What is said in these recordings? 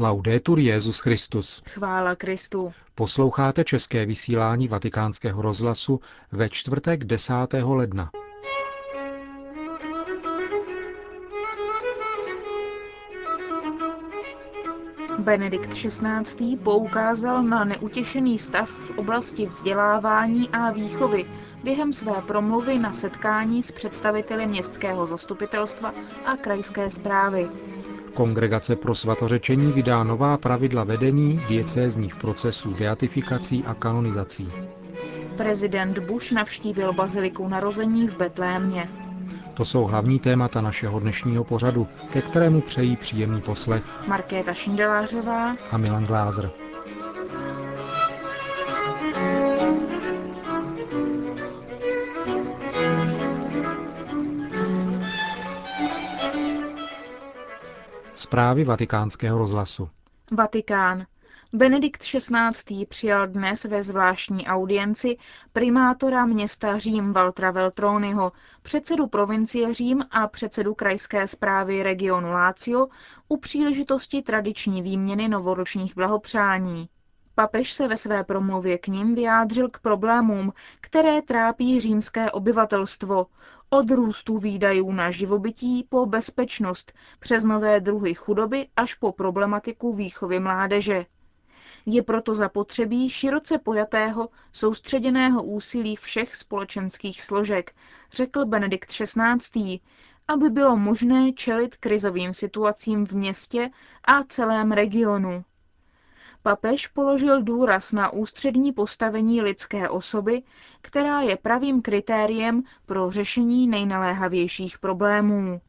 Laudetur Jesus Christus. Chvála Kristu. Posloucháte české vysílání Vatikánského rozhlasu ve čtvrtek 10. ledna. Benedikt XVI. Poukázal na neutěšený stav v oblasti vzdělávání a výchovy během své promluvy na setkání s představiteli městského zastupitelstva a krajské správy. Kongregace pro svatořečení vydá nová pravidla vedení diecézních procesů beatifikací a kanonizací. Prezident Bush navštívil baziliku narození v Betlémě. To jsou hlavní témata našeho dnešního pořadu, ke kterému přejí příjemný poslech Markéta Šindelářová a Milan Glázer. Zprávy Vatikánského rozhlasu. Vatikán. Benedikt XVI. Přijal dnes ve zvláštní audienci primátora města Řím Valtra Veltroniho, předsedu provincie Řím a předsedu krajské správy regionu Lazio u příležitosti tradiční výměny novoročních blahopřání. Papež se ve své promluvě k nim vyjádřil k problémům, které trápí římské obyvatelstvo, od růstu výdajů na živobytí po bezpečnost, přes nové druhy chudoby až po problematiku výchovy mládeže. Je proto zapotřebí široce pojatého, soustředěného úsilí všech společenských složek, řekl Benedikt XVI., aby bylo možné čelit krizovým situacím v městě a celém regionu. Papež položil důraz na ústřední postavení lidské osoby, která je pravým kritériem pro řešení nejnaléhavějších problémů.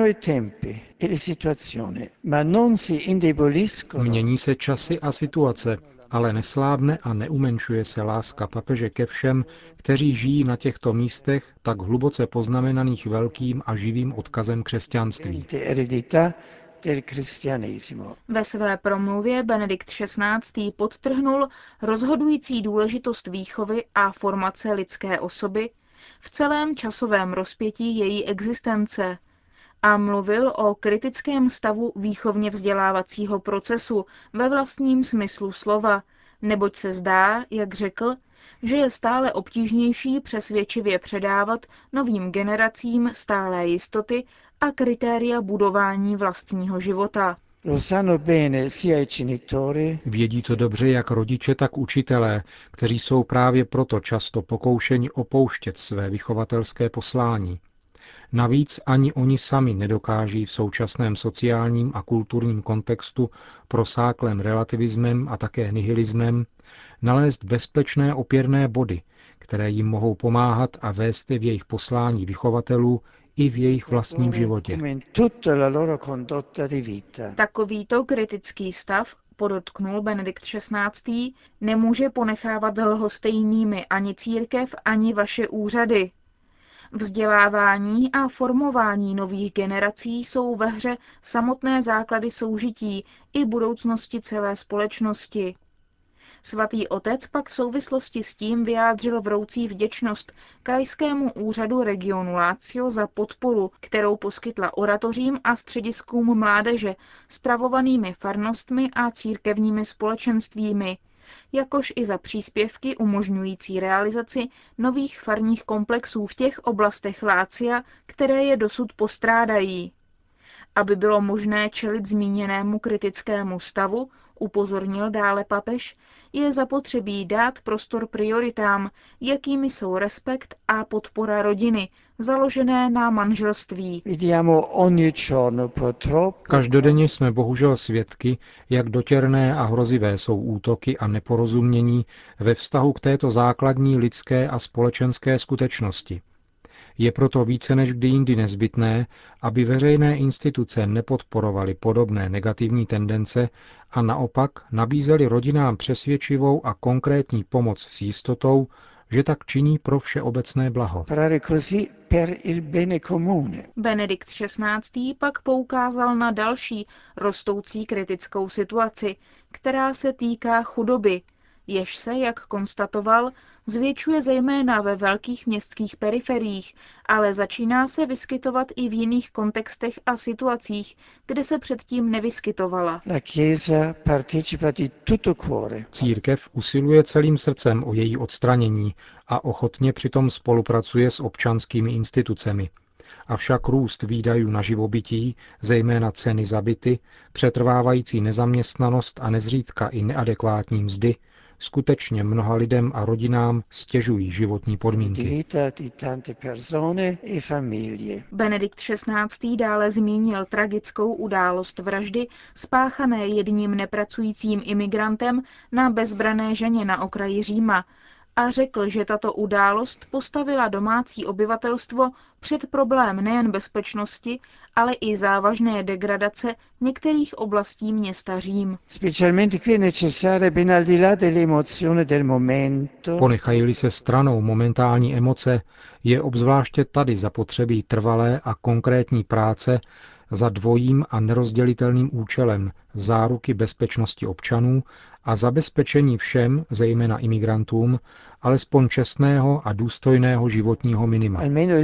Mění se časy a situace, ale neslábne a neumenšuje se láska papeže ke všem, kteří žijí na těchto místech tak hluboce poznamenaných velkým a živým odkazem křesťanství. Ve své promluvě Benedikt XVI. Podtrhnul rozhodující důležitost výchovy a formace lidské osoby v celém časovém rozpětí její existence a mluvil o kritickém stavu výchovně vzdělávacího procesu ve vlastním smyslu slova, neboť se zdá, jak řekl, že je stále obtížnější přesvědčivě předávat novým generacím stálé jistoty a kritéria budování vlastního života. Vědí to dobře jak rodiče, tak učitelé, kteří jsou právě proto často pokoušeni opouštět své vychovatelské poslání. Navíc ani oni sami nedokáží v současném sociálním a kulturním kontextu prosáklém relativismem a také nihilismem nalézt bezpečné opěrné body, které jim mohou pomáhat a vést v jejich poslání vychovatelů i v jejich vlastním životě. Takovýto kritický stav, podotknul Benedikt XVI., nemůže ponechávat lhostejnými ani církev, ani vaše úřady. Vzdělávání a formování nových generací jsou ve hře samotné základy soužití i budoucnosti celé společnosti. Svatý otec pak v souvislosti s tím vyjádřil vroucí vděčnost krajskému úřadu regionu Lazio za podporu, kterou poskytla oratořím a střediskům mládeže, spravovanými farnostmi a církevními společenstvími, jakož i za příspěvky umožňující realizaci nových farních komplexů v těch oblastech Lazia, které je dosud postrádají. Aby bylo možné čelit zmíněnému kritickému stavu, upozornil dále papež, je zapotřebí dát prostor prioritám, jakými jsou respekt a podpora rodiny, založené na manželství. Každodenně jsme bohužel svědky, jak dotěrné a hrozivé jsou útoky a neporozumění ve vztahu k této základní lidské a společenské skutečnosti. Je proto více než kdy jindy nezbytné, aby veřejné instituce nepodporovaly podobné negativní tendence a naopak nabízely rodinám přesvědčivou a konkrétní pomoc s jistotou, že tak činí pro všeobecné blaho. Benedikt XVI. Pak poukázal na další rostoucí kritickou situaci, která se týká chudoby, jež se, jak konstatoval, zvětšuje zejména ve velkých městských periferiích, ale začíná se vyskytovat i v jiných kontextech a situacích, kde se předtím nevyskytovala. Církev usiluje celým srdcem o její odstranění a ochotně přitom spolupracuje s občanskými institucemi. Avšak růst výdajů na živobytí, zejména ceny za byty, přetrvávající nezaměstnanost a nezřídka i neadekvátní mzdy, skutečně mnoha lidem a rodinám stěžují životní podmínky. Benedikt XVI. Dále zmínil tragickou událost vraždy spáchané jedním nepracujícím imigrantem na bezbranné ženě na okraji Říma a řekl, že tato událost postavila domácí obyvatelstvo před problém nejen bezpečnosti, ale i závažné degradace některých oblastí města Řím. Ponechají-li se stranou momentální emoce, je obzvláště tady zapotřebí trvalé a konkrétní práce za dvojím a nerozdělitelným účelem záruky bezpečnosti občanů a zabezpečení všem, zejména imigrantům, alespoň čestného a důstojného životního minima.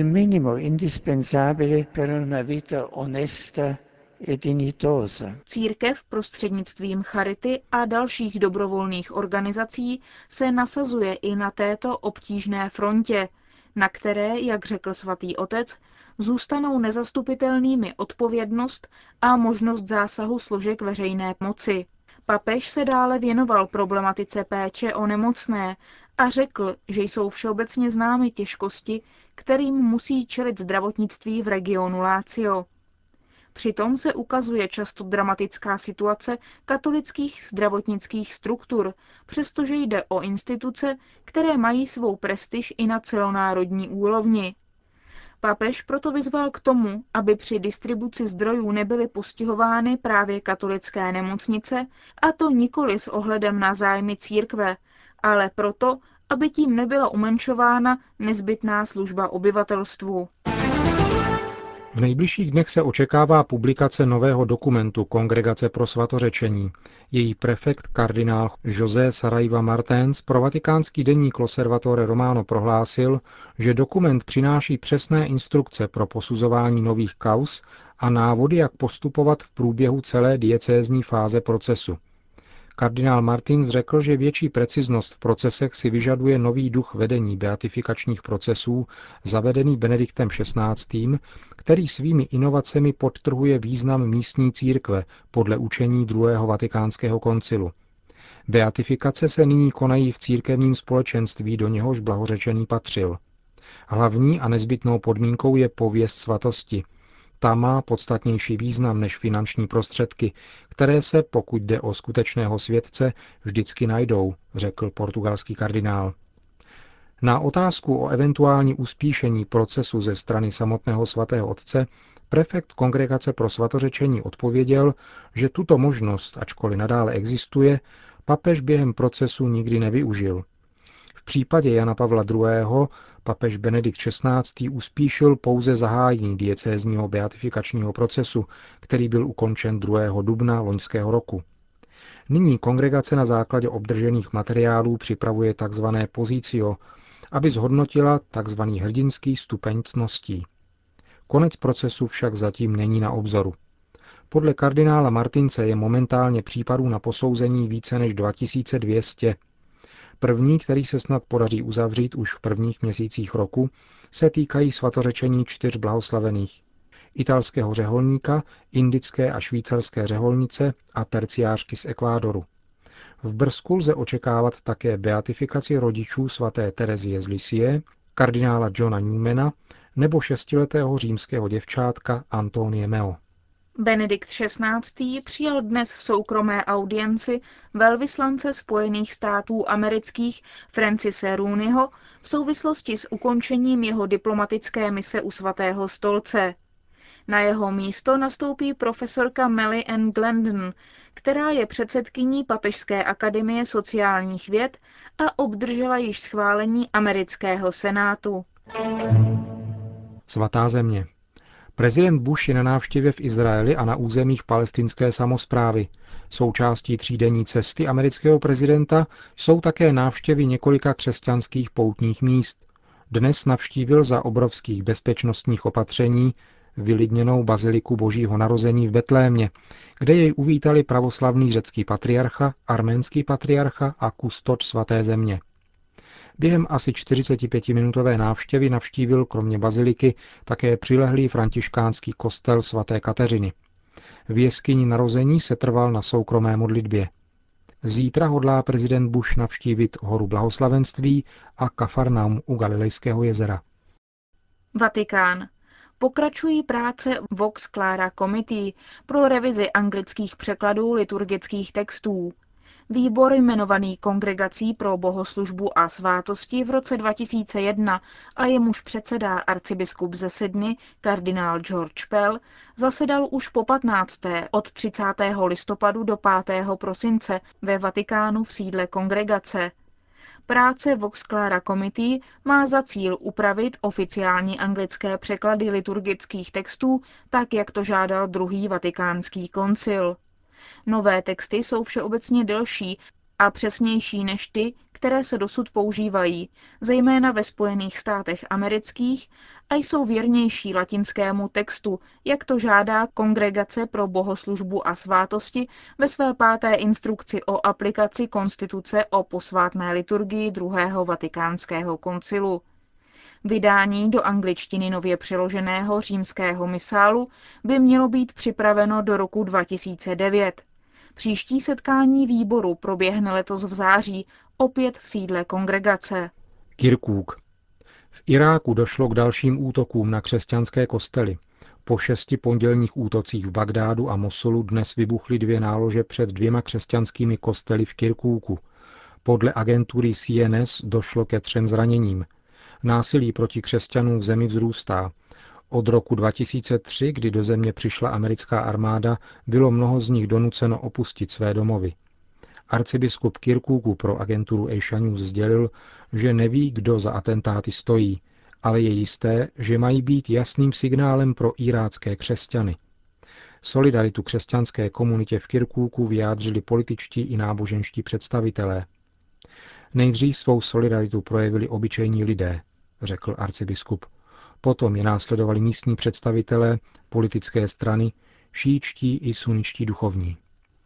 Církev prostřednictvím charity a dalších dobrovolných organizací se nasazuje i na této obtížné frontě, na které, jak řekl svatý otec, zůstanou nezastupitelnými odpovědnost a možnost zásahu složek veřejné moci. Papež se dále věnoval problematice péče o nemocné a řekl, že jsou všeobecně známy těžkosti, kterým musí čelit zdravotnictví v regionu Lazio. Přitom se ukazuje často dramatická situace katolických zdravotnických struktur, přestože jde o instituce, které mají svou prestiž i na celonárodní úrovni. Papež proto vyzval k tomu, aby při distribuci zdrojů nebyly postihovány právě katolické nemocnice, a to nikoli s ohledem na zájmy církve, ale proto, aby tím nebyla umenšována nezbytná služba obyvatelstvu. V nejbližších dnech se očekává publikace nového dokumentu Kongregace pro svatořečení. Její prefekt kardinál José Saraiva Martens pro vatikánský deník L'Osservatore Romano prohlásil, že dokument přináší přesné instrukce pro posuzování nových kauz a návody, jak postupovat v průběhu celé diecézní fáze procesu. Kardinál Martins řekl, že větší preciznost v procesech si vyžaduje nový duch vedení beatifikačních procesů, zavedený Benediktem XVI., který svými inovacemi podtrhuje význam místní církve podle učení druhého vatikánského koncilu. Beatifikace se nyní konají v církevním společenství, do něhož blahořečený patřil. Hlavní a nezbytnou podmínkou je pověst svatosti. Ta má podstatnější význam než finanční prostředky, které se, pokud jde o skutečného světce, vždycky najdou, řekl portugalský kardinál. Na otázku o eventuální uspíšení procesu ze strany samotného svatého otce prefekt Kongregace pro svatořečení odpověděl, že tuto možnost, ačkoliv nadále existuje, papež během procesu nikdy nevyužil. V případě Jana Pavla II. Papež Benedikt XVI. Uspíšil pouze zahájení diecézního beatifikačního procesu, který byl ukončen 2. dubna loňského roku. Nyní kongregace na základě obdržených materiálů připravuje tzv. Pozicio, aby zhodnotila tzv. Hrdinský stupeň ctností. Konec procesu však zatím není na obzoru. Podle kardinála Martince je momentálně případů na posouzení více než 2200. První, který se snad podaří uzavřít už v prvních měsících roku, se týkají svatořečení 4 blahoslavených. Italského řeholníka, indické a švýcarské řeholnice a terciářky z Ekvádoru. V Brzku lze očekávat také beatifikaci rodičů svaté Terezie z Lisie, kardinála Johna Newmana nebo 6letého římského děvčátka Antonie Meo. Benedikt XVI. Přijal dnes v soukromé audienci velvyslance Spojených států amerických Francise Rooneyho v souvislosti s ukončením jeho diplomatické mise u Svatého stolce. Na jeho místo nastoupí profesorka Melly Ann Glendon, která je předsedkyní Papežské akademie sociálních věd a obdržela již schválení amerického senátu. Svatá země. Prezident Bush je na návštěvě v Izraeli a na územích palestinské samosprávy. Součástí třídenní cesty amerického prezidenta jsou také návštěvy několika křesťanských poutních míst. Dnes navštívil za obrovských bezpečnostních opatření vylidněnou baziliku Božího narození v Betlémě, kde jej uvítali pravoslavný řecký patriarcha, arménský patriarcha a kustod svaté země. Během asi 45-minutové návštěvy navštívil kromě baziliky také přilehlý františkánský kostel svaté Kateřiny. V jeskyni narození se trval na soukromé modlitbě. Zítra hodlá prezident Bush navštívit horu Blahoslavenství a Kafarnaum u Galilejského jezera. Vatikán. Pokračují práce Vox Clara Committee pro revizi anglických překladů liturgických textů. Výbor jmenovaný Kongregací pro bohoslužbu a svátosti v roce 2001 a jemuž předsedá arcibiskup ze Sydney kardinál George Pell zasedal už po 15. od 30. listopadu do 5. prosince ve Vatikánu v sídle kongregace. Práce Vox Clara Committee má za cíl upravit oficiální anglické překlady liturgických textů tak, jak to žádal druhý vatikánský koncil. Nové texty jsou všeobecně delší a přesnější než ty, které se dosud používají, zejména ve Spojených státech amerických, a jsou věrnější latinskému textu, jak to žádá Kongregace pro bohoslužbu a svátosti ve své 5. instrukci o aplikaci konstituce o posvátné liturgii druhého vatikánského koncilu. Vydání do angličtiny nově přeloženého římského misálu by mělo být připraveno do roku 2009. Příští setkání výboru proběhne letos v září, opět v sídle kongregace. Kirkuk. V Iráku došlo k dalším útokům na křesťanské kostely. Po 6 pondělních útocích v Bagdádu a Mosulu dnes vybuchly 2 nálože před 2 křesťanskými kostely v Kirkúku. Podle agentury CNS došlo ke 3 zraněním. Násilí proti křesťanům v zemi vzrůstá. Od roku 2003, kdy do země přišla americká armáda, bylo mnoho z nich donuceno opustit své domovy. Arcibiskup Kirkúku pro agenturu Asia News sdělil, že neví, kdo za atentáty stojí, ale je jisté, že mají být jasným signálem pro irácké křesťany. Solidaritu křesťanské komunitě v Kirkúku vyjádřili političtí i náboženští představitelé. Nejdřív svou solidaritu projevili obyčejní lidé, řekl arcibiskup. Potom je následovali místní představitelé, politické strany, šíitští i suničtí duchovní.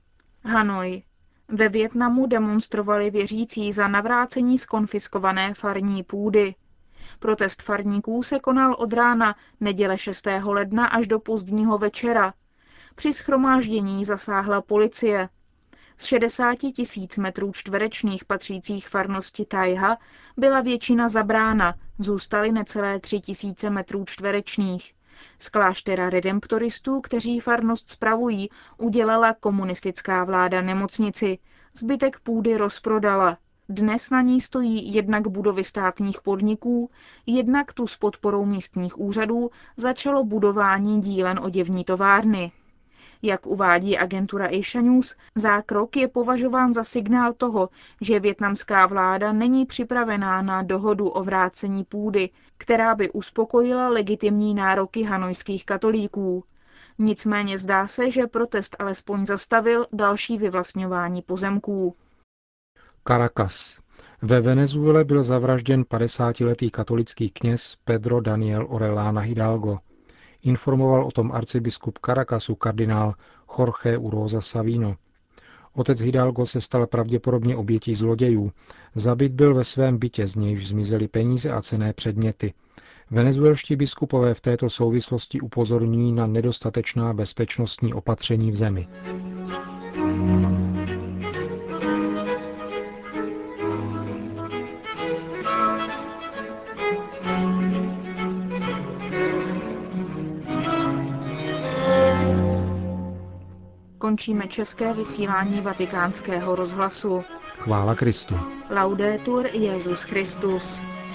Hanoj. Ve Vietnamu demonstrovali věřící za navrácení zkonfiskované farní půdy. Protest farníků se konal od rána neděle 6. ledna až do pozdního večera. Při shromáždění zasáhla policie. Z 60 000 metrů čtverečných patřících farnosti Taiha byla většina zabrána, zůstaly necelé 3 000 metrů čtverečních. Z kláštera redemptoristů, kteří farnost spravují, udělala komunistická vláda nemocnici. Zbytek půdy rozprodala. Dnes na ní stojí jednak budovy státních podniků, jednak tu s podporou místních úřadů začalo budování dílen oděvní továrny. Jak uvádí agentura Asia News, zákrok je považován za signál toho, že vietnamská vláda není připravená na dohodu o vrácení půdy, která by uspokojila legitimní nároky hanojských katolíků. Nicméně zdá se, že protest alespoň zastavil další vyvlastňování pozemků. Caracas. Ve Venezuele byl zavražděn 50letý katolický kněz Pedro Daniel Orellana Hidalgo. Informoval o tom arcibiskup Caracasu kardinál Jorge Urosa Savino. Otec Hidalgo se stal pravděpodobně obětí zlodějů. Zabit byl ve svém bytě, z nějž zmizely peníze a cenné předměty. Venezuelští biskupové v této souvislosti upozorňují na nedostatečná bezpečnostní opatření v zemi. Končíme české vysílání Vatikánského rozhlasu. Chvála Kristu. Laudetur Jesus Christus.